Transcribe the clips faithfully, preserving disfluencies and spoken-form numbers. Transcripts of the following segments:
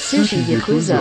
Sushi Yakuza.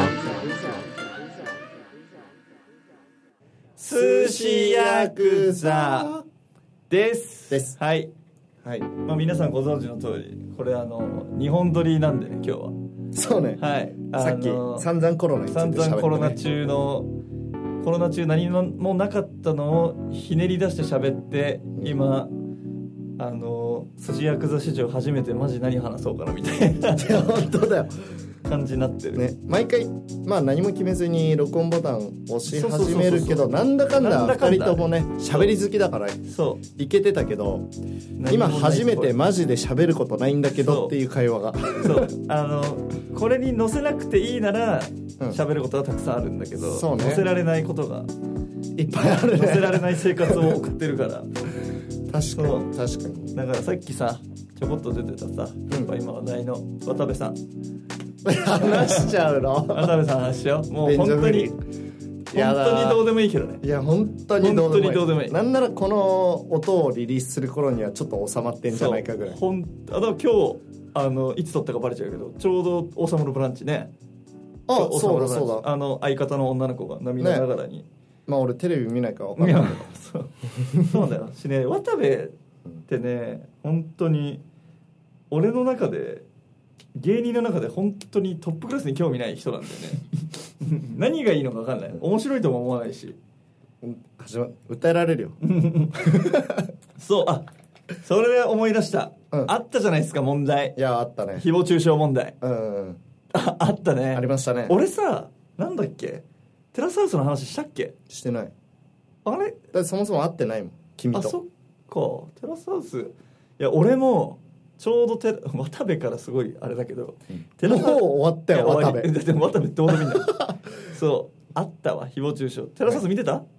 寿司ヤクザですです。 はい、 はい。 まあ、皆さんご存知の通りこれあの日本撮りなんでね今日は。 そうね。 はい。 さっき散々コロナについて喋って、ね、 散々コロナ中のコロナ中何もなかったのをひねり出して喋って今あの寿司ヤクザ史上初めてマジ何話そうかなみたいな。いや本当だよ。 感じになってる、ね、 毎回、まあ、何も決めずに録音ボタン押し始めるけどなんだかんだふたりともね喋り好きだからそういけてたけど今初めてマジで喋ることないんだけどっていう会話がそうあのこれに載せなくていいなら喋ることはたくさんあるんだけど、うんね、載せられないことがいっぱいあるね。 載せられない生活を送ってるから確かに確かに。 だからさっきさちょこっと出てたさ、やっぱ今話題の渡部さん話しちゃうの渡部さん話しよう。もう本当に本当にどうでもいいけどね。 いや本当にどうでもいい。 本当にどうでもいい。 なんならこの音をリリースする頃にはちょっと収まってんじゃないかぐらい。 ほんあだ今日あのいつ撮ったかバレちゃうけどちょうど王様のブランチね。 あそうだそうだ。 あの相方の女の子が涙ながらに、ね、 まあ俺テレビ見ないから分かんないけどそうそうだよしね渡部ってね本当に俺の中で芸人の中で本当にトップクラスに興味ない人なんだよね何がいいのか分かんない。面白いとも思わないし始ま訴えられるよそうあそれで思い出した、うん、あったじゃないですか問題。 いやあったね。 誹謗中傷問題、 うん、うん、 あ, あったね。 ありましたね。 俺さなんだっけテラスハウスの話したっけ。 してない。 あれだってそもそも会ってないもん君と。 あそっかテラスハウスいや俺もちょうどテ渡部からすごいあれだけど、 うん、テラもう終わったよ渡部。 だって渡部どうでもいいんだそうあったわ誹謗中傷。テラスハウス見てた、はい、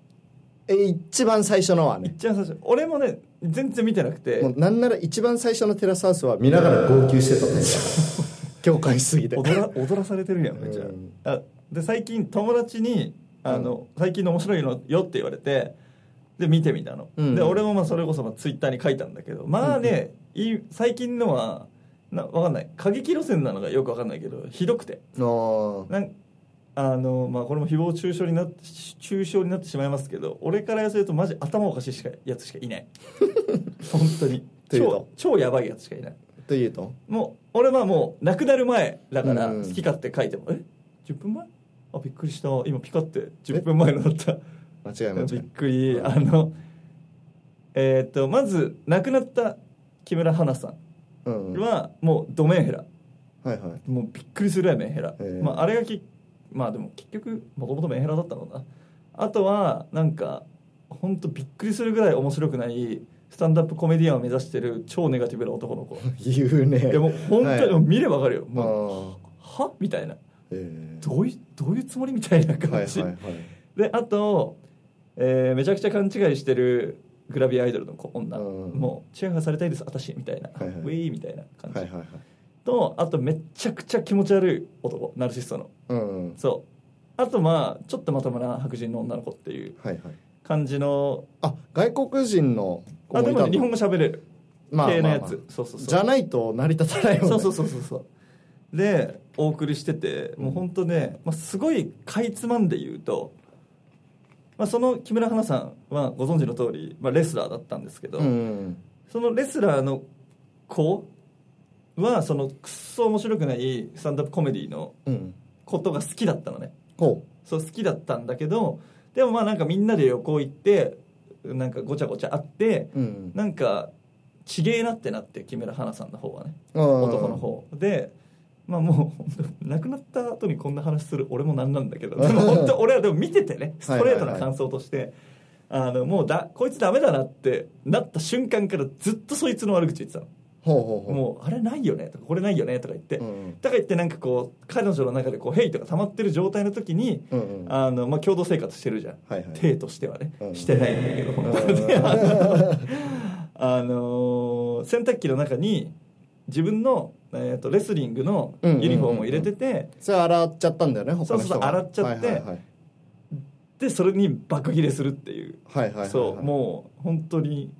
え一番最初のはね。 一番最初俺もね全然見てなくてもうなんなら一番最初のテラスハウスは見ながら号泣してたね共感しすぎて踊ら踊らされてるやんめっちゃ、うん、あで最近友達にあの、うん、最近の面白いのよって言われてで見てみたの、うん、で俺もまあそれこそまあツイッターに書いたんだけどまあね、うん、いい最近のはな分かんない過激路線なのがよく分かんないけどひどくてあなんあの、まあ、これも誹謗中傷になって中傷になってしまいますけど俺からするとマジ頭おかしいしかやつしかいない本当に超超やばいやつしかいないというともう俺はもう亡くなる前だから好き勝手書いても、うん、えじゅっぷんまえあびっくりした今ピカってじゅっぷんまえのだった間違い間違いびっくり、うん、あのえー、っとまず亡くなった木村花さんはもうドメンヘラ、 はいはい、 もうびっくりするぐらいメンヘラ、まあ、あれがきまあでも結局もともとメンヘラだったのかな。あとはなんか本当びっくりするぐらい面白くないスタンダップコメディアンを目指してる超ネガティブな男の子言うね。 でも本当に、はい、見ればわかるよもうはみたいな、えー、どういうどういうつもりみたいな感じ、はいはいはい、であと、えー、めちゃくちゃ勘違いしてるグラビアアイドルの子女、うん、もうチヤホヤされたいです私みたいな、はいはい、ウェイみたいな感じ、はいはいはい、とあとめちゃくちゃ気持ち悪い男ナルシストの、うんうん、そうあとまあちょっとまともな白人の女の子っていう感じの、 はいはい、あ外国人の子もいたの。あでも、ね、日本語喋れる、まあ、系のやつ、まあまあ、そうそうそうじゃないと成り立たないもんね。 そうそうそうそうでお送りしててもう本当ね、まあ、すごいかいつまんで言うと、まあ、その木村花さんはご存知の通り、まあ、レスラーだったんですけど、うん、そのレスラーの子はそのくっそ面白くないスタンダップコメディのことが好きだったのね、うん、そう好きだったんだけどでもまあなんかみんなで旅行行ってなんかごちゃごちゃあって、うん、なんかちげえなってなって木村花さんの方はね男の方でまあもう亡くなった後にこんな話する俺もなんなんだけどでも本当俺はでも見ててねストレートな感想として、はいはいはい、あのもうだこいつダメだなってなった瞬間からずっとそいつの悪口言ってたの。ほうほうほうもうあれないよねとかこれないよねとか言って、うんうん、とか言ってなんかこう彼女の中でこうヘイトが溜まってる状態の時に、うんうんあのまあ、共同生活してるじゃん、はいはい、体としてはね、うん、してないんだけど本当にあの洗濯機の中に自分の、えー、とレスリングのユニフォームを入れてて、うんうんうんうん、 それ洗っちゃったんだよね他の人が。そうそう洗っちゃって、はいはいはい、でそれに爆切れするっていう、はいはいはいはい、そうもう本当に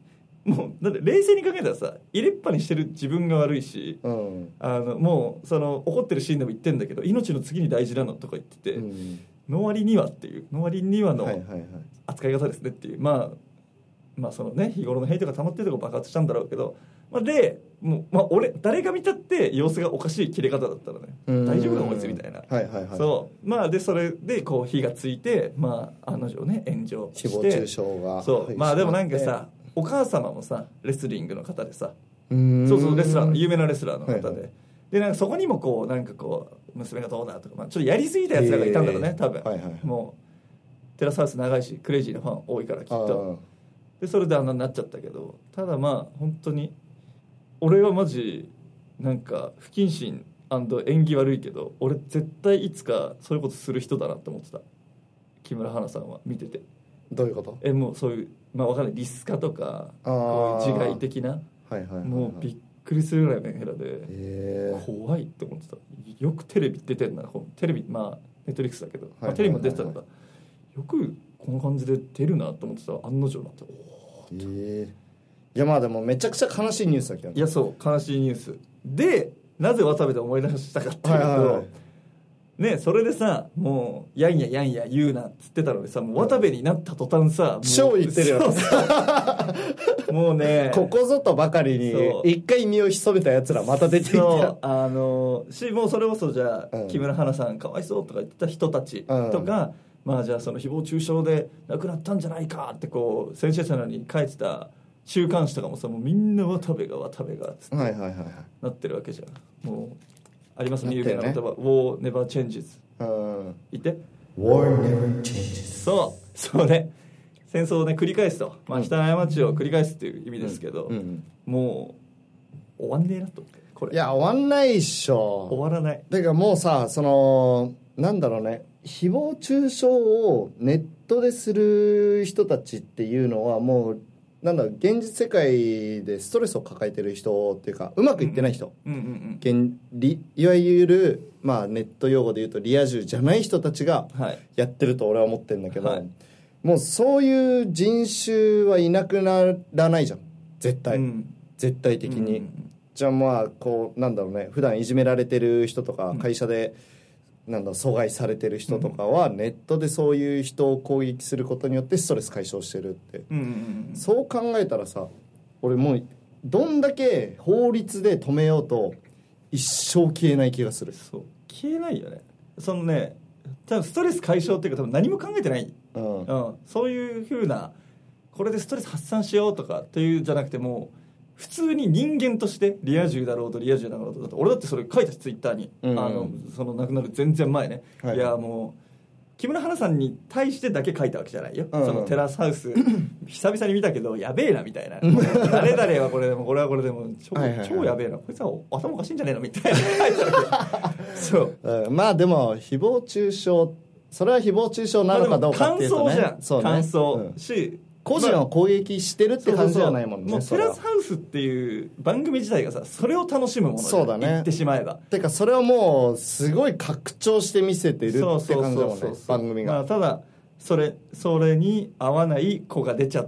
もうだって冷静に考えたらさ入れっぱにしてる自分が悪いし、うん、あのもうその怒ってるシーンでも言ってんだけど命の次に大事なのとか言ってて、うん、の割にはっていうの割にはの扱い方ですねっていう、まあまあそのね日頃のヘイトが溜まってるとこ爆発したんだろうけど、まあ、でもう、まあ、俺誰が見たって様子がおかしい切れ方だったらね大丈夫かこいつみたいな、はいはいはい、そうまあでそれでこう火がついてまあ案の定ね炎上して誹謗中傷がそうまあでもなんかさお母様もさレスリングの方でさうんそうそうレスラーの有名なレスラーの方で、はいはい、でなんかそこにもこうなんかこう娘がどうだとか、まあ、ちょっとやりすぎたやつらがいたんだろうね多分、はいはい、もうテラスハウス長いしクレイジーなファン多いからきっとでそれであんなになっちゃったけどただまあ本当に俺はマジなんか不謹慎&縁起悪いけど俺絶対いつかそういうことする人だなって思ってた木村花さんは見ててどういうことえもうそういうまあわかんないリスカとかこういう自害的な、はいはいはいはい、もうびっくりするぐらいのヘラで怖いって思ってたよくテレビ出てんなテレビまあネットリックスだけど、はいはいはいはいまあ、テレビも出てたのがよくこの感じで出るなと思ってた案の定になっておーいやまあでもめちゃくちゃ悲しいニュースだけど、ね、 いやそう悲しいニュースでなぜ渡部で思い出したかっていうと、はいはいはいね、それでさもうやんややんや言うなっつってたのにさもう渡部になった途端さ超言ってるよもうねここぞとばかりに一回身を潜めたやつらまた出てきたそうあのしもうそれこそじゃあ、うん、木村花さんかわいそうとか言ってた人たちとか、うん、まあじゃあその誹謗中傷で亡くなったんじゃないかってこうセンセーショナルに書いてた週刊誌とかもさもうみんな渡部が渡部がっつってなってるわけじゃんもうありますね有名な言葉、ね、War never changes 言って War never changes そうそうね戦争をね繰り返すと、まあ、人の過ちを繰り返すっていう意味ですけど、うんうん、もう終わんねえなとこれいや終わんないっしょ終わらないだからもうさそのなんだろうね誹謗中傷をネットでする人たちっていうのはもうなんだ現実世界でストレスを抱えてる人っていうかうまくいってない人、うんうんうんうん、現いわゆる、まあ、ネット用語で言うとリア充じゃない人たちがやってると俺は思ってるんだけど、はい、もうそういう人種はいなくならないじゃん絶対、うん、絶対的に、うん、じゃあまあこうなんだろうね普段いじめられてる人とか会社で、うん、なんだ阻害されてる人とかはネットでそういう人を攻撃することによってストレス解消してるって、うんうんうん、そう考えたらさ俺もうどんだけ法律で止めようと一生消えない気がするそう消えないよねそのね多分ストレス解消っていうか多分何も考えてない、うんうん、そういう風なこれでストレス発散しようとかっていうじゃなくてもう普通に人間としてリア充だろうとリア充だろうとだと俺だってそれ書いたツイッターに、うんうん、あのその亡くなる全然前ね、はい、いやもう木村花さんに対してだけ書いたわけじゃないよ、うんうん、そのテラスハウス久々に見たけどやべえなみたいな誰々はこれでもこれはこれでも 超,、はいはいはい、超やべえなこいつは頭おかしいんじゃねえのみたいな書いてあるそう、 うん、まあでも誹謗中傷それは誹謗中傷なのかどうかっていうとね、 まあ、感想じゃんそう、ね、感想、うん、し個人を攻撃してるって感じじゃないもんね、 まあ、そうそうそうもうテラスハウスっていう番組自体がさそれを楽しむものでそうだ、ね、言ってしまえばてかそれをもうすごい拡張して見せてるって感じだもんね番組が、 まあ、ただそれそれに合わない子が出ちゃって、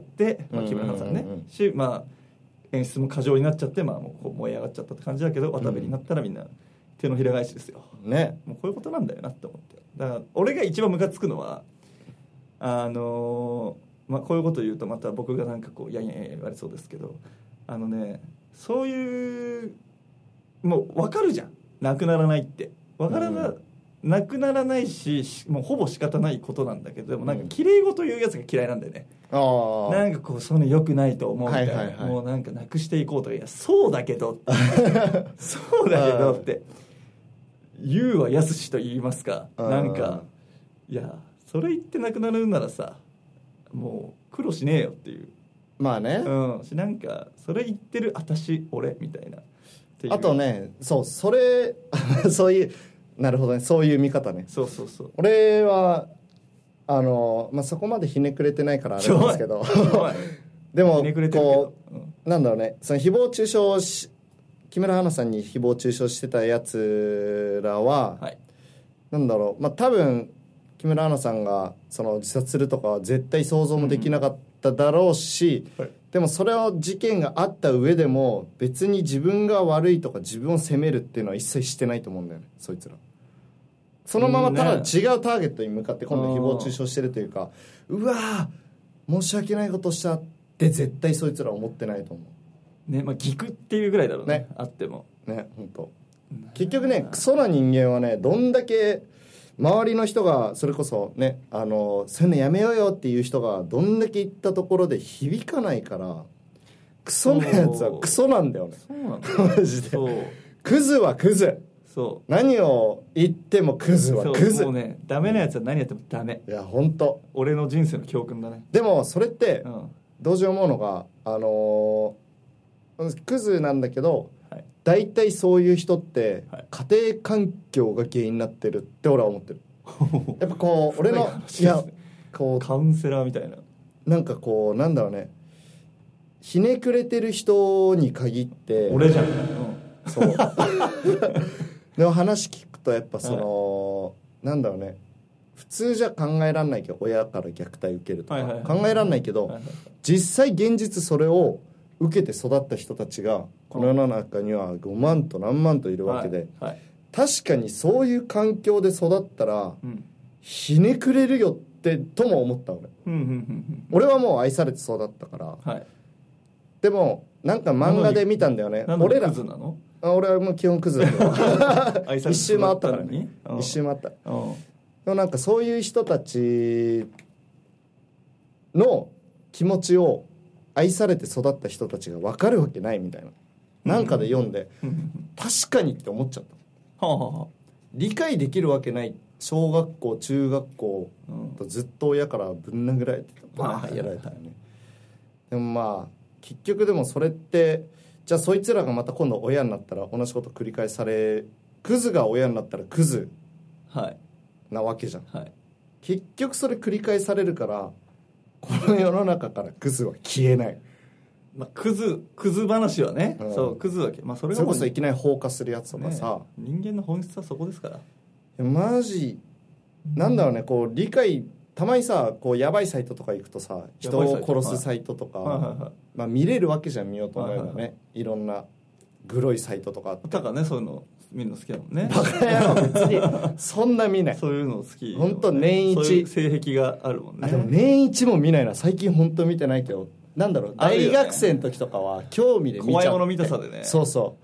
まあ、木村さんね、うんうんうん、し、まあ、演出も過剰になっちゃって、まあ、もうこう燃え上がっちゃったって感じだけど渡部になったらみんな手のひら返しですよ、ね、もうこういうことなんだよなって思ってだから俺が一番ムカつくのはあのーまあ、こういうこと言うとまた僕がなんかこういやいやいや言われそうですけどあのねそういうもう分かるじゃんなくならないって分からな、うん、なくならないしもうほぼ仕方ないことなんだけどでもなんか綺麗事言うやつが嫌いなんだよね、うん、なんかこうそういうの良くないと思うみたいな、はいはいはい、もうなんかなくしていこうとかいやそうだけどそうだけどって言うはやすしと言いますかなんかいやそれ言ってなくなるならさもう苦労しねえよっていうまあねうんしなんかそれ言ってる私俺みたいなあとねそうそれそういうなるほどねそういう見方ねそうそうそう俺はあの、まあ、そこまでひねくれてないからあれなんですけどでもこう、うん、なんだろうねその誹謗中傷し木村花さんに誹謗中傷してたやつらは、はい、なんだろうまあ多分木村花さんがその自殺するとかは絶対想像もできなかっただろうし、うんはい、 でもそれを事件があった上でも別に自分が悪いとか自分を責めるっていうのは一切してないと思うんだよね、そいつら。そのままただ違うターゲットに向かって今度誹謗中傷してるというか、うわー申し訳ないことしたって絶対そいつら思ってないと思うね。まあギクっていうぐらいだろうね、ね、あってもね。本当結局ね、クソな人間はね、どんだけ周りの人がそれこそね、あのそういうのやめようよっていう人がどんだけ言ったところで響かないから、クソなやつはクソなんだよね。 そうなんだマジで。クズはクズ。 そう何を言ってもクズはクズ。 もうね、ダメなやつは何やってもダメ。 いや本当。 俺の人生の教訓だね。 でもそれって同時思うのが、あのー、クズなんだけど、はい、大体そういう人って家庭環境が原因になってるって俺は思ってる。やっぱこう俺のいやこうカウンセラーみたいな、 なんかこうなんだろうね、ひねくれてる人に限って俺じゃん、うん、 そうでも話聞くとやっぱその、はい、なんだろうね、普通じゃ考えられないけど親から虐待受けるとか、はいはいはい、考えられないけど、はいはいはい、実際現実それを受けて育った人たちがこの世の中にはごまんと何万といるわけで、はいはい、確かにそういう環境で育ったら、うん、ひねくれるよってとも思った俺、うんうんうんうん、俺はもう愛されて育ったから、はい、でもなんか漫画で見たんだよね。俺らクズなの？俺はもう基本クズだけど一周回ったからね、一周回った。でもなんかそういう人たちの気持ちを愛されて育った人たちが分かるわけないみたいな、なんかで読んで確かにって思っちゃった、はあはあ、理解できるわけない。小学校中学校とずっと親からぶん殴られてバーッやられたよね。でもまあ結局でもそれってじゃあそいつらがまた今度親になったら同じこと繰り返され、クズが親になったらクズなわけじゃん、はい、結局それ繰り返されるからこの世の中からクズは消えない。 まあ、クズクズ話はね、うん、そうクズだけ、まあ、それがそれこそいきなり放火するやつとかさ、 ね、人間の本質はそこですから。 マジなんだろうね、こう理解たまにさこうやばいサイトとか行くとさ人を殺すサイトとか、はいはいはい、まあ、見れるわけじゃん、見ようと思えばね、はいはいはい、いろんなグロいサイトとかあって。 だからね、そういうの見るの好きだもんね。 バカ野郎、別にそんな見ない。 そういうの好き、ね、 本当年一、そういう性癖があるもんね。 あでも年一も見ないな、最近本当見てないけど、なんだろう、大学生の時とかは興味で見ちゃって、怖いもの見たさでね。 そうそう。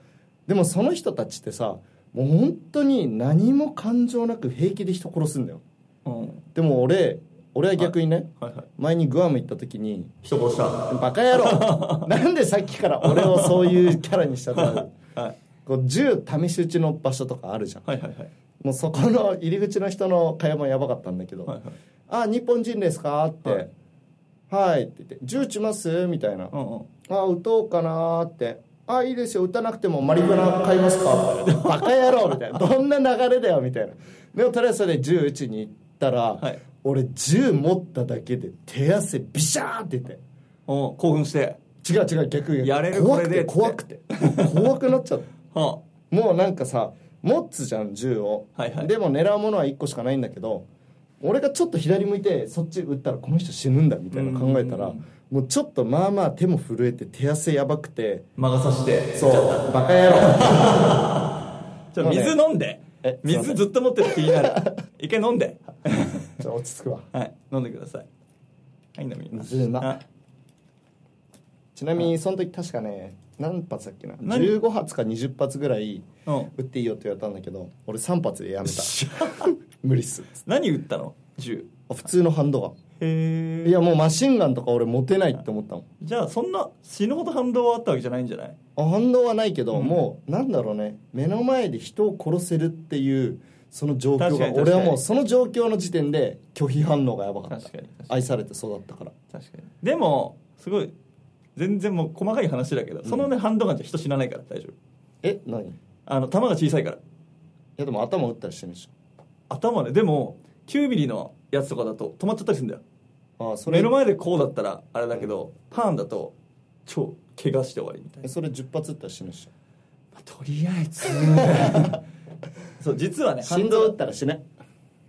でもその人たちってさもう本当に何も感情なく平気で人殺すんだよ、うん、でも俺俺は逆にね、はいはいはい、前にグアム行った時に人殺した。 バカ野郎なんでさっきから俺をそういうキャラにしたの、はい、こう銃試し撃ちの場所とかあるじゃん、はいはいはい、もうそこの入り口の人の会話もやばかったんだけど、はいはい、あ日本人ですかって、はい、はいって言って銃撃ちますみたいな、うんうん、あ撃とうかなって、あいいですよ撃たなくてもマリファナ買いますかバカ野郎みたいな、どんな流れだよみたいな。でもとりあえずそれで銃撃ちに行ったら、はい、俺銃持っただけで手汗ビシャーって言って、 お興奮して、 違う違う逆にやれるこれで怖くて怖くて怖くなっちゃった、はあ、もうなんかさ持つじゃん銃を、はいはい、でも狙うものはいっこしかないんだけど、俺がちょっと左向いてそっち撃ったらこの人死ぬんだみたいな考えたら、もうちょっとまあまあ手も震えて手汗やばくて魔が差して、 そうバカ野郎ちょっと水飲んで、ね、水ずっと持ってる気になる一回飲んでちょ落ち着くわ、 はい、飲んでください。はい、飲みます水な。ちなみにその時確かね何発だっけな、じゅうごはつかにじゅっぱつぐらい撃っていいよって言われたんだけど、俺さんぱつでやめた無理っす。 何撃ったの？銃？ 普通のハンドガン。へえ。いやもうマシンガンとか俺持てないって思ったもん。 じゃあそんな死ぬほど反動はあったわけじゃないんじゃない？ あ反動はないけど、うん、もうなんだろうね、目の前で人を殺せるっていうその状況が、俺はもうその状況の時点で拒否反応がやばかった。確かに確かに愛されて育ったから。 確かに。でもすごい全然もう細かい話だけど、うん、そのねハンドガンじゃ人死なないから大丈夫。え何？あの弾が小さいから。いやでも頭打ったりしてるでしょ。 頭ね、でもきゅうミリのやつとかだと止まっちゃったりするんだよ。ああそれ目の前でこうだったらあれだけど、パーンだと超怪我して終わりみたいな。 それじゅっぱつ打ったら死ぬでしょ、 まあ、とりあえずそう実はね心臓打ったら死ね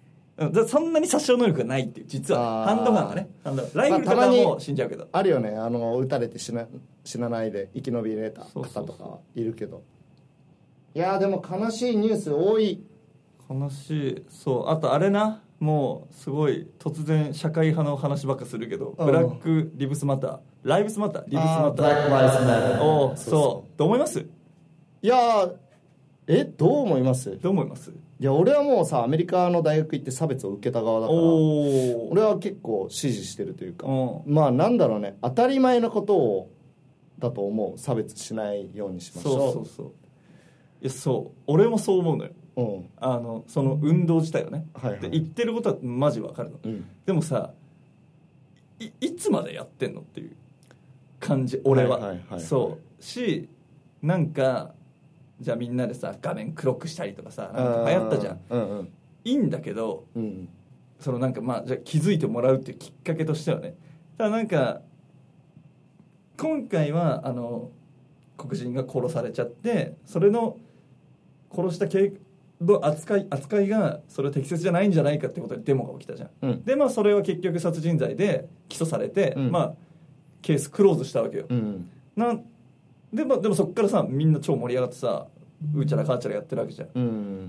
だそんなに殺傷能力がないっていう実はハンドガンがねハンドガンライフルとかも死んじゃうけど、 まあ、あるよねあの撃たれて死 な, 死なないで生き延びれた方とかいるけど、いやでも悲しいニュース多い。 悲しい。そうあとあれなもうすごい突然社会派の話ばっかするけど、うん、ブラックリブスマターライブスマターリブスマターブラックライブスマターおそうそうどう思います？ いやえどう思いますどう思いますいや俺はもうさアメリカの大学行って差別を受けた側だから俺は結構支持してるというかまあなんだろうね当たり前のことをだと思う。差別しないようにしましょう。 そうそうそういやそう俺もそう思うのよ、うん、あのその運動自体はね、はいはい、で言ってることはマジわかるの、うん、でもさ い, いつまでやってんのっていう感じ俺は、はいはいはいはい、そうしなんかじゃあみんなでさ画面黒くしたりとかさなんか流行ったじゃん、うんうん、いいんだけど、うん、そのなんかまあじゃあ気づいてもらうっていうきっかけとしてはねただなんか今回はあの黒人が殺されちゃってそれの殺した系の扱い扱いがそれは適切じゃないんじゃないかってことでデモが起きたじゃん、うん、でまあそれは結局殺人罪で起訴されて、うん、まあケースクローズしたわけよ、うん、なんで, もでもそっからさみんな超盛り上がってさうちゃらかーちゃらやってるわけじゃん、うん、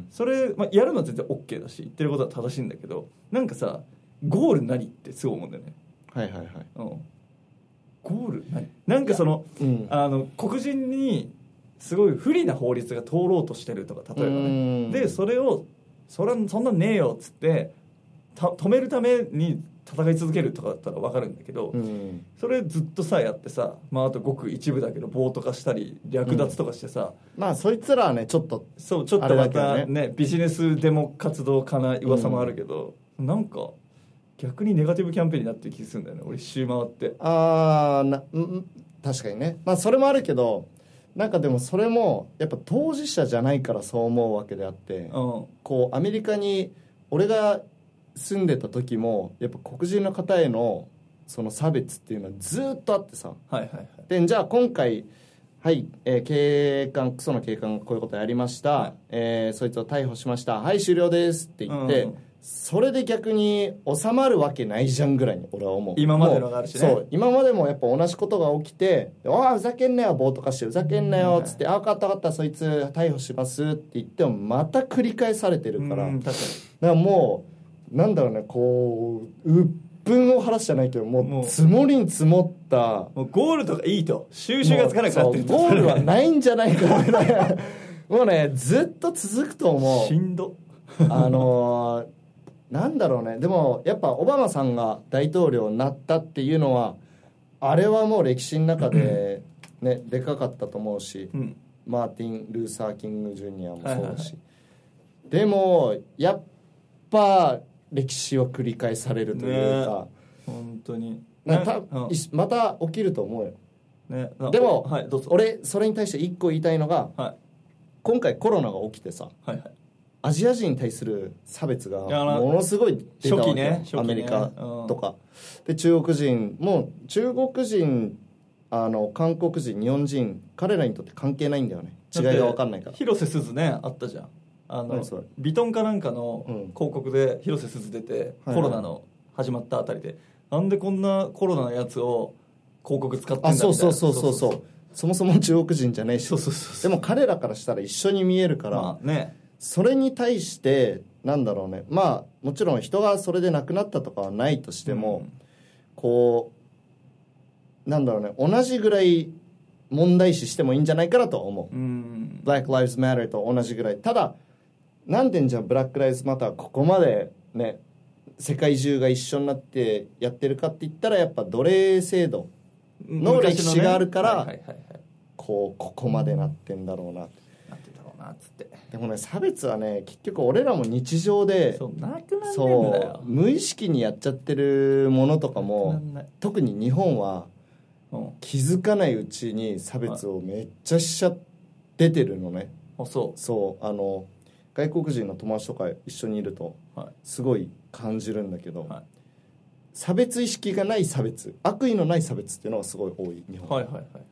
それ、まあ、やるのは全然 OK だし言ってることは正しいんだけどなんかさゴール何ってすごい思うんだよね。 はいはいはい、 うん、ゴール何なんかその、うん、あの黒人にすごい不利な法律が通ろうとしてるとか例えばねでそれをそれそんなんねえよっつってた止めるために戦い続けるとかだったら分かるんだけど、うん、それずっとさやってさ、まあ、あとごく一部だけど暴徒化したり略奪とかしてさ、 うん、まあそいつらはねちょっとそうちょっとまた ね, ねビジネスデモ活動家な噂もあるけど、うん、なんか逆にネガティブキャンペーンになってる気がするんだよね俺一周回って。 ああな確かにねまあそれもあるけどなんかでもそれもやっぱ当事者じゃないからそう思うわけであって、うん、こうアメリカに俺が住んでた時もやっぱ黒人の方へのその差別っていうのはずっとあってさ、はいはいはい、でじゃあ今回はい、えー、警官クソの警官がこういうことやりました、はいえー、そいつを逮捕しましたはい終了ですって言って、うん、それで逆に収まるわけないじゃんぐらいに俺は思う。 今までのがあるしね。 そう今までもやっぱ同じことが起きてああふざけんなよ暴徒化してふざけんなよっつって、うん、ああ分かった分かったそいつ逮捕しますって言ってもまた繰り返されてるから、うん、確かにだからもうなんだろうねこう鬱憤を晴らしじゃないけどもう積もりに積もったもうゴールとかいいと収集がつかなくなってるゴールはないんじゃないかもうねずっと続くと思う。 しんどあのー、なんだろうねでもやっぱオバマさんが大統領になったっていうのはあれはもう歴史の中でねでかかったと思うし、うん、マーティン・ルーサー・キング・ジュニアもそうだし、はいはいはい、でもやっぱ歴史を繰り返されるというか、 ね、本当に、 ね、たまた起きると思うよ、ね、でも、はい、どうぞ。俺それに対して一個言いたいのが、はい、今回コロナが起きてさ、はいはい、アジア人に対する差別がものすごい出たわけ、初期ね、初期ねアメリカとか、うん、で中国人も中国人あの韓国人日本人彼らにとって関係ないんだよね。違いが分かんないから。 広瀬すずねあったじゃんあのビトンかなんかの広告で広瀬すず出て、うん、コロナの始まったあたりで、はいはい、なんでこんなコロナのやつを広告使ってんだみたいな。あそうそうそうそうそうそもそも中国人じゃないしそうそうそうそうでも彼らからしたら一緒に見えるから、まあね、それに対してなんだろうねまあもちろん人がそれで亡くなったとかはないとしても、うん、こうなんだろうね同じぐらい問題視してもいいんじゃないかなと思う、うん、Black Lives Matter と同じぐらい。ただなんでじゃあ Black Lives Matter ここまでね世界中が一緒になってやってるかって言ったらやっぱ奴隷制度の歴史があるからこうここまでなってんだろうななってんだろうなっつって。でもね差別はね結局俺らも日常でそうなくなんねんだよ。 そう無意識にやっちゃってるものとかも特に日本は気づかないうちに差別をめっちゃしちゃ出てるのね。 あそうそうあの外国人の友達とか一緒にいるとすごい感じるんだけど、はい、差別意識がない差別悪意のない差別っていうのがすごい多い日本。はいはいはいはい。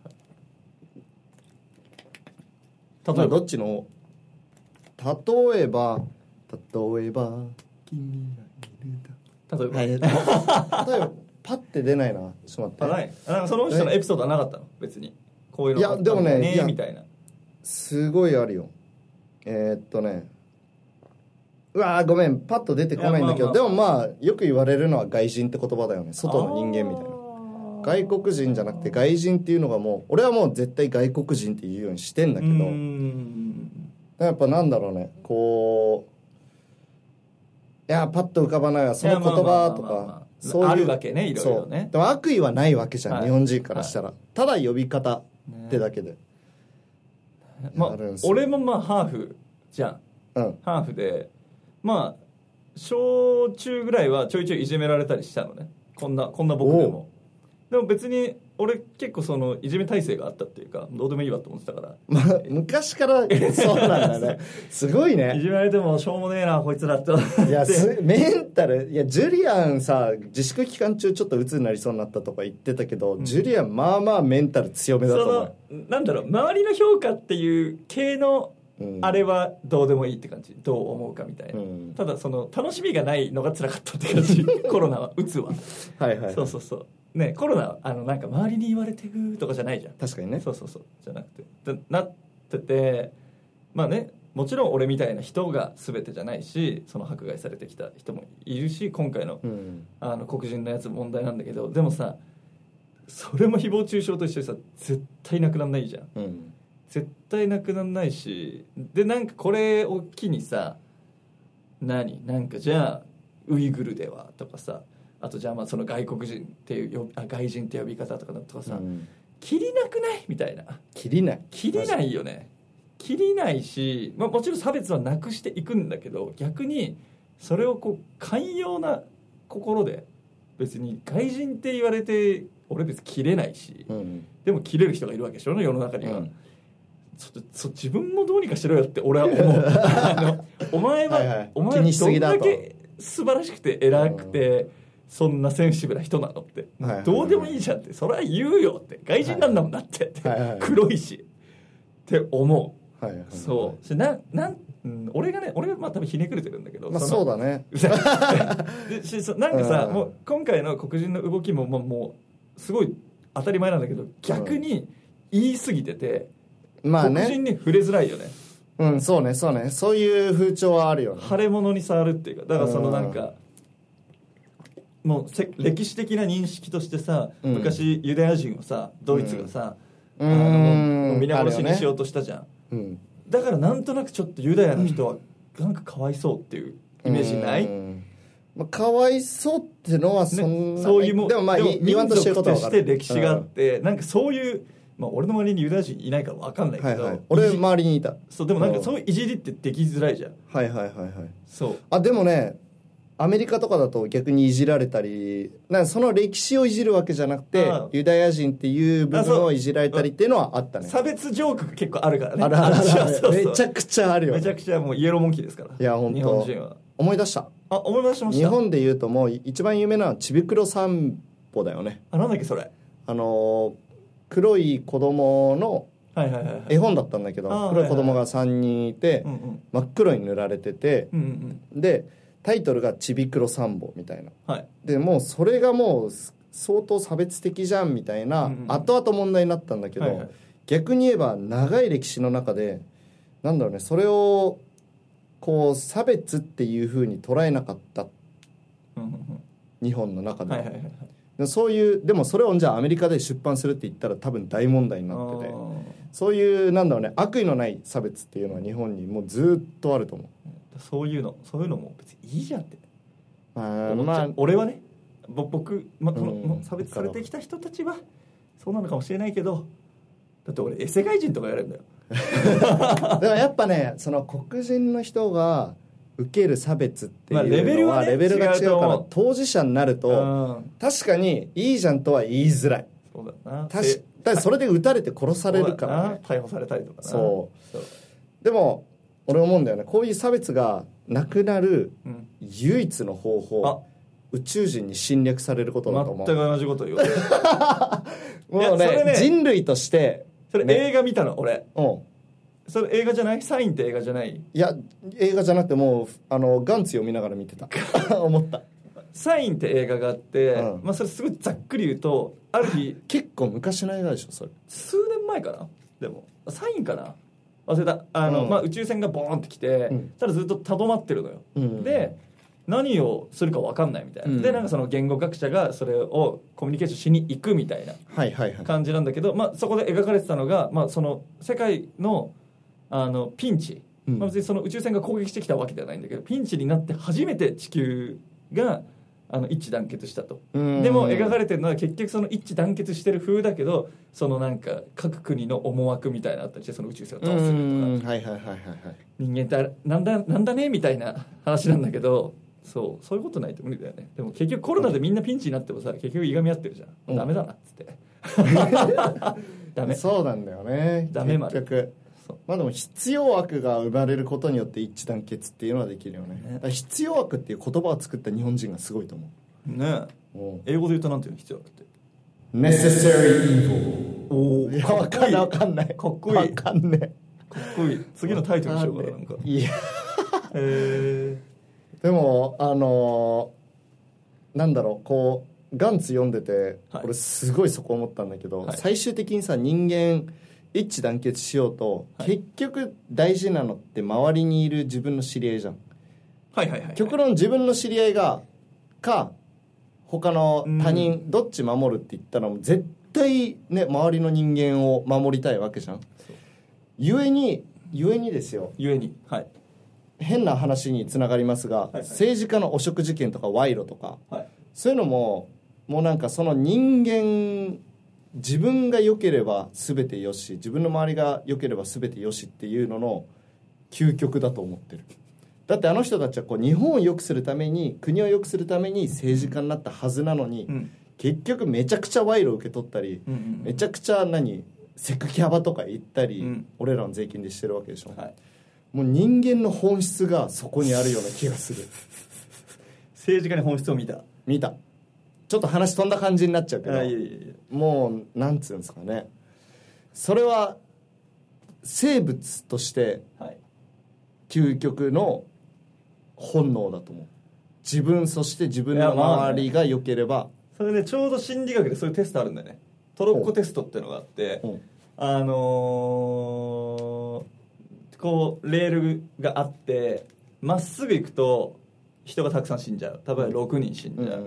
例えばどっちの例えば例えば君が例えば、 はい、例えばパッて出ないな。ちょっと待って。 あ、ない。その人のエピソードはなかったの別に。こういうのがあったんだよね。いやでもね、みたいな。 すごいあるよ。えー、っとね。うわーごめんパッと出てこないんだけど、まあまあ、でもまあよく言われるのは外人って言葉だよね。外の人間みたいな。外国人じゃなくて外人っていうのがもう俺はもう絶対外国人って言うようにしてんだけど、うーんやっぱなんだろうね、こういやパッと浮かばないわその言葉とかそういうあるわけね、いろいろね。 でも悪意はないわけじゃん、はい、日本人からしたら、はい、ただ呼び方ってだけで、ね、 まあ俺もまあハーフじゃん、 うん、 ハーフでまあ小中ぐらいはちょいちょいいじめられたりしたのね。こんなこんな僕でも。でも別に俺結構そのいじめ体制があったっていうかどうでもいいわと思ってたから、 まあ、昔からそうなんだね。すごいね。 いじめられてもしょうもねえなこいつらっていやメンタルいやジュリアンさ自粛期間中ちょっと鬱になりそうになったとか言ってたけど、うん、ジュリアンまあまあメンタル強めだと思う。 そのなんだろう周りの評価っていう系のあれはどうでもいいって感じ。どう思うかみたいな、うん、ただその楽しみがないのが辛かったって感じ。コロナは鬱ははいはい、はい、 そうそうそうね、コロナあのなんか周りに言われてるとかじゃないじゃん。 確かにね。 そうそうそうじゃなくてなっててまあねもちろん俺みたいな人が全てじゃないしその迫害されてきた人もいるし今回の、うん、あの黒人のやつ問題なんだけどでもさそれも誹謗中傷と一緒にさ絶対なくならないじゃん、うん、絶対なくならないしでなんかこれを機にさ何なんかじゃあウイグルではとかさあとじゃあまあその外国人っていうあ外人って呼び方とかだとかさ、うん、切りなくないみたいな。 切りない切りないよね。切りないし、まあ、もちろん差別はなくしていくんだけど逆にそれをこう寛容な心で別に外人って言われて俺別に切れないし、うん、でも切れる人がいるわけでしょ世の中には、うん、ちょっとそ自分もどうにかしろよって俺は思う。あのお前は、はいはい、お前はどんだけ素晴らしくて偉くて、うんそんなセンシティブな人なのって、はいはいはい、どうでもいいじゃんってそれは言うよって外人なんだもんだって、はいはいはい、黒いしって思う、はいはいはい、そうしななん、うん、俺がね俺がまあ多分ひねくれてるんだけど、 まあ、そうだねでしなんかさ、うん、もう今回の黒人の動きも、まあ、もうすごい当たり前なんだけど逆に言い過ぎてて、うんまあね、黒人に触れづらいよね。 うんそうねそうねそういう風潮はあるよね。 腫れ物に触るっていうかだからそのなんか、うんもう歴史的な認識としてさ、うん、昔ユダヤ人をさドイツがさ、うん、あの皆殺しにしようとしたじゃん、ねうん、だからなんとなくちょっとユダヤの人はなんかかわいそうっていうイメージない？うんまあ、かわいそうってのはそんな、 ね、そういうもでもまあ言わんとしてることは分かる。民族として歴史があって、うん、なんかそういうまあ、俺の周りにユダヤ人いないから分かんないけど、はいはい、 俺周りにいた。 そうでもなんかそういういじりってできづらいじゃん。 はいはいはいはい。 そうあでもねアメリカとかだと逆にいじられたりなんかその歴史をいじるわけじゃなくてユダヤ人っていう部分をいじられたりっていうのはあったね。 差別ジョークが結構あるからね。 あるあるあるそうそうめちゃくちゃあるよ、ね、 めちゃくちゃもうイエローモンキーですから。 いや本当日本人は思い出したあ思い出しました。 日本でいうともう一番有名なのはちびくろ散歩だよね。 あなんだっけそれあの黒い子供の絵本だったんだけど、はいはいはいはい、黒い子供がさんにんいて、はいはいはい、真っ黒に塗られてて、うんうん、でタイトルがちびくろ散歩みたいな、はい、でもうそれがもう相当差別的じゃんみたいな、うんうん、後々問題になったんだけど、はいはい、逆に言えば長い歴史の中でなんだろうねそれをこう差別っていう風に捉えなかった、うんうん、日本の中で、はいはいはいはい、そういうでもそれをじゃあアメリカで出版するって言ったら多分大問題になっててそういうなんだろうね悪意のない差別っていうのは日本にもうずっとあると思う。 そういうのそういうのも別にいいじゃんってあまあ俺はね僕、ま、この、うん、差別されてきた人たちはそうなのかもしれないけどだって俺エセ外人とかやれるんだよでもやっぱねその黒人の人が受ける差別っていうのは、まあ、レベルはね、レベルが違うから当事者になると、うん、確かにいいじゃんとは言いづらい。 そうだな確かにそれで撃たれて殺されるからね逮捕されたりとかなそうそうでも俺思うんだよねこういう差別がなくなる唯一の方法、うん、宇宙人に侵略されることだと思う。 全く同じこと言うもう ね, ね人類としてそれ映画見たの俺、 うんそれ映画じゃない？サインって映画じゃない？ いや映画じゃなくてもうあのガンツ読みながら見てた思ったサインって映画があって、うん、まあ、それすごいざっくり言うとある日結構昔の映画でしょそれ。 数年前かな。でもサインかな忘れた。あの、うん、まあ、宇宙船がボーンってきて、うん、ただずっとたどまってるのよ、うん、で何をするか分かんないみたいな、うん、でなんかその言語学者がそれをコミュニケーションしに行くみたいな感じなんだけど、まあ、そこで描かれてたのが、まあ、その世界 の, あのピンチ、うん、まあ、別にその宇宙船が攻撃してきたわけではないんだけどピンチになって初めて地球があの一致団結したと。でも描かれてるのは結局その一致団結してる風だけどそのなんか各国の思惑みたいなのあったりしてその宇宙船を倒すとか、はいはいはいはい、人間ってなんだなんだねみたいな話なんだけどそうそういうことないと無理だよね。でも結局コロナでみんなピンチになってもさ結局いがみ合ってるじゃん、うん、ダメだなっつってダメそうなんだよねダメまで結局まあでも必要悪が生まれることによって一致団結っていうのはできるよね。ねだから必要悪っていう言葉を作った日本人がすごいと思うね。英語で言うとなんていうの必要悪って Necessary evil。 おおいや分かんない分かんないかっこいい分かんないかっこいい。次のタイトルにしようかななんかいやえー、でもあのー、なんだろうこうガンツ読んでて、はい、俺すごいそこ思ったんだけど、はい、最終的にさ人間一致団結しようと、はい、結局大事なのって周りにいる自分の知り合いじゃん。 はいはいはい、はい、 極論自分の知り合いがか他の他人、うん、どっち守るって言ったら絶対ね周りの人間を守りたいわけじゃん。ゆえにゆえにですよゆえに、はい、 変な話につながりますが、はいはい、政治家の汚職事件とか賄賂とか、はい、そういうのももうなんかその人間自分が良ければ全てよし自分の周りが良ければ全てよしっていうのの究極だと思ってる。だってあの人たちはこう日本を良くするために国を良くするために政治家になったはずなのに、うん、結局めちゃくちゃ賄賂を受け取ったり、うんうん、めちゃくちゃ何セクキャバとか行ったり、うん、俺らの税金でしてるわけでしょ、はい、もう人間の本質がそこにあるような気がする政治家に本質を見た見たちょっと話飛んだ感じになっちゃうけど、 いやいやいやもうなんつうんですかねそれは生物として究極の本能だと思う。自分そして自分の周りが良ければ、 それでちょうど心理学でそういうテストあるんだよね。トロッコテストっていうのがあって、あのー、こうレールがあってまっすぐ行くと人がたくさん死んじゃう。例えばろくにん死んじゃう、うんうんうん、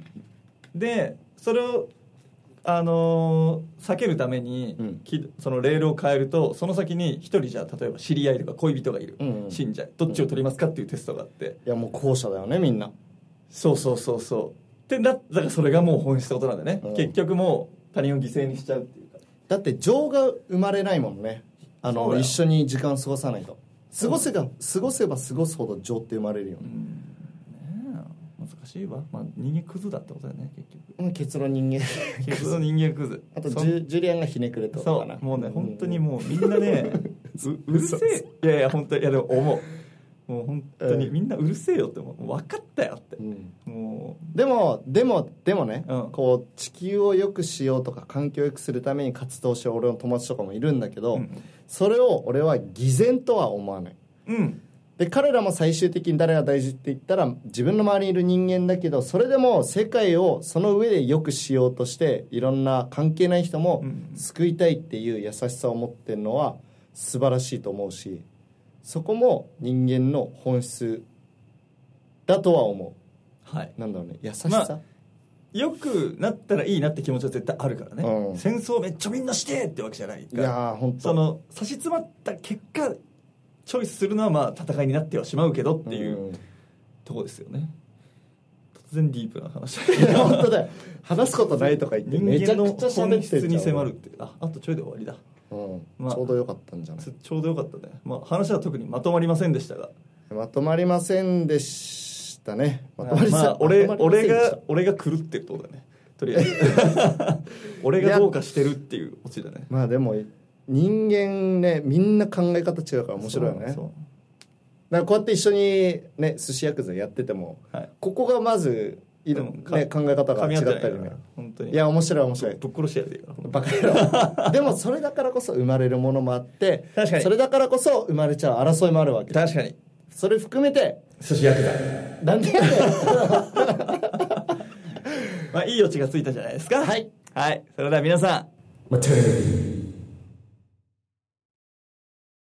でそれを、あのー、避けるために、うん、そのレールを変えるとその先に一人じゃ例えば知り合いとか恋人がいる、うんうん、死んじゃう。どっちを取りますかっていうテストがあって、 いやもう後者だよねみんな。 そうそうそうそうでだだからそれがもう本質ってことなんだよね、うん、結局もう他人を犠牲にしちゃうっていうか。 だって情が生まれないもんね。あの一緒に時間を過ごさないと過ごせば過ごせば過ごすほど情って生まれるよね。うん難しいわ、まあ、人間クズだってことだよね結局、 うん、結論人間結論人間クズあとジュ、ジュリアンがひねくれたのかな。そうもうね本当にもうみんなねう, うるせえいやいや本当にいやでも思うもう本当にみんなうるせえよってもう分かったよって、うん、もうでもでもでもね、うん、こう地球を良くしようとか環境を良くするために活動してる俺の友達とかもいるんだけど、うん、それを俺は偽善とは思わない。うんで彼らも最終的に誰が大事って言ったら自分の周りにいる人間だけどそれでも世界をその上で良くしようとしていろんな関係ない人も救いたいっていう優しさを持ってるのは素晴らしいと思うしそこも人間の本質だとは思う、はい、なんだろうね優しさ、まあ、 良くなったらいいなって気持ちは絶対あるからね、うん、戦争めっちゃみんなしてってわけじゃないから。いや本当その差し詰まった結果チョイスするのはまあ戦いになってはしまうけどっていう、うん、とこですよね。突然ディープな話いや本当だよ話すことないとか言ってめちゃくちゃ喋ってる本質に迫るっていう あ, あとちょいで終わりだ、 うんまあ、ちょうどよかったんじゃない。 ちょうどよかったね、まあ、話は特にまとまりませんでしたがまとまりませんでしたね。まとまりま、まあ、俺, 俺が俺が狂ってるってことだねとりあえず俺がどうかしてるっていうオチだね。 まあでも人間ねみんな考え方違うから面白いよね。そうそうだからこうやって一緒にね寿司ヤクザやってても、はい、ここがまずいる、ね、考え方が違ったりね。 本当に。 いや面白い面白い。 ぶっ殺してやるよ。 バカ野郎。でもそれだからこそ生まれるものもあって、 確かにそれだからこそ生まれちゃう争いもあるわけ。 確かに。 それ含めて寿司焼くだ。 なんでやねん。 まあいいオチがついたじゃないですか。 はいはい。それでは皆さん。 またね。